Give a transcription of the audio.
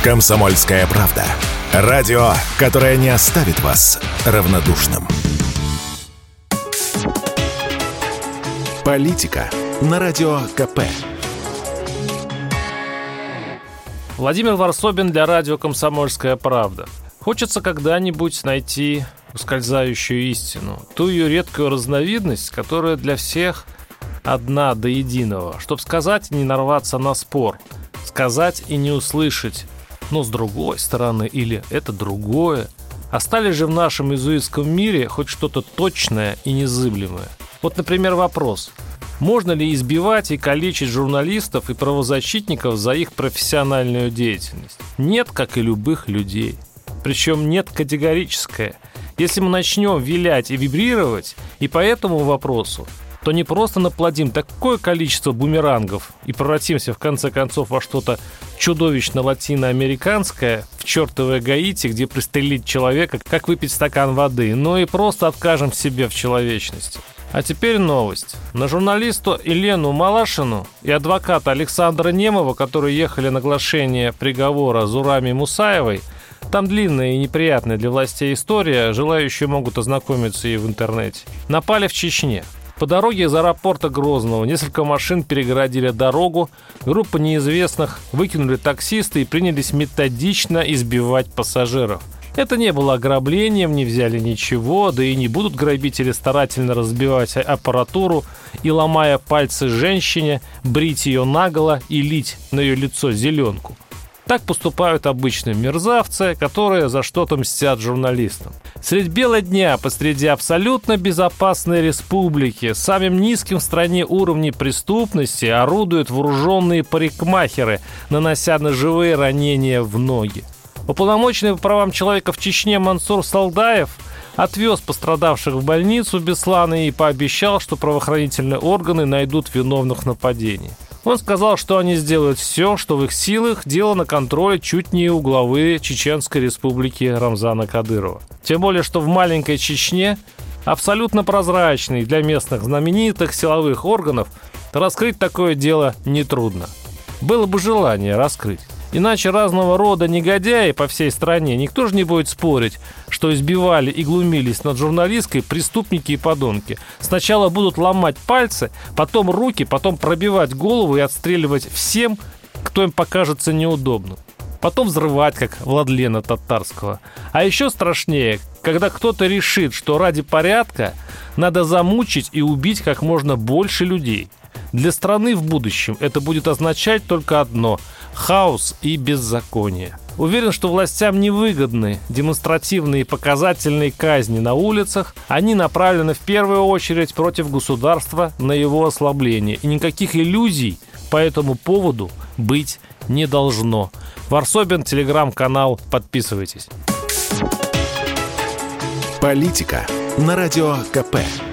«Комсомольская правда». Радио, которое не оставит вас равнодушным. Политика на Радио КП. Владимир Варсобин для радио «Комсомольская правда». Хочется когда-нибудь найти ускользающую истину, ту ее редкую разновидность, которая для всех одна до единого, чтоб сказать и не нарваться на спор, сказать и не услышать, но с другой стороны или это другое. Остались же в нашем иезуитском мире хоть что-то точное и незыблемое. Вот, например, вопрос: можно ли избивать и калечить журналистов и правозащитников за их профессиональную деятельность? Нет, как и любых людей. Причем нет категорическое. Если мы начнем вилять и вибрировать и по этому вопросу, то не просто наплодим такое количество бумерангов и превратимся в конце концов во что-то чудовищно латиноамериканское, в чертовое Гаити, где пристрелить человека, как выпить стакан воды, но и просто откажем себе в человечности. А теперь новость. На журналисту Елену Малашину и адвоката Александра Немова, которые ехали на оглашение приговора Зурами Мусаевой, там длинная и неприятная для властей история, желающие могут ознакомиться и в интернете, напали в Чечне. По дороге из аэропорта Грозного несколько машин перегородили дорогу, группа неизвестных выкинули таксиста и принялись методично избивать пассажиров. Это не было ограблением, не взяли ничего, да и не будут грабители старательно разбивать аппаратуру и, ломая пальцы женщине, брить ее наголо и лить на ее лицо зеленку. Так поступают обычные мерзавцы, которые за что-то мстят журналистам. Средь бела дня, посреди абсолютно безопасной республики, самым низким в стране уровнем преступности орудуют вооруженные парикмахеры, нанося ножевые ранения в ноги. Уполномоченный по правам человека в Чечне Мансур Салдаев отвез пострадавших в больницу Беслана и пообещал, что правоохранительные органы найдут виновных в нападении. Он сказал, что они сделают все, что в их силах, дело на контроле чуть не у главы Чеченской республики Рамзана Кадырова. Тем более, что в маленькой Чечне, абсолютно прозрачной для местных знаменитых силовых органов, раскрыть такое дело нетрудно. Было бы желание раскрыть. Иначе разного рода негодяи по всей стране никто же не будет спорить, что избивали и глумились над журналисткой преступники и подонки. Сначала будут ломать пальцы, потом руки, потом пробивать голову и отстреливать всем, кто им покажется неудобным. Потом взрывать, как Владлена Татарского. А еще страшнее, когда кто-то решит, что ради порядка надо замучить и убить как можно больше людей. Для страны в будущем это будет означать только одно – хаос и беззаконие. Уверен, что властям невыгодны демонстративные и показательные казни на улицах. Они направлены в первую очередь против государства на его ослабление. И никаких иллюзий по этому поводу быть не должно. Варсобин, телеграм-канал, подписывайтесь. Политика на Радио КП.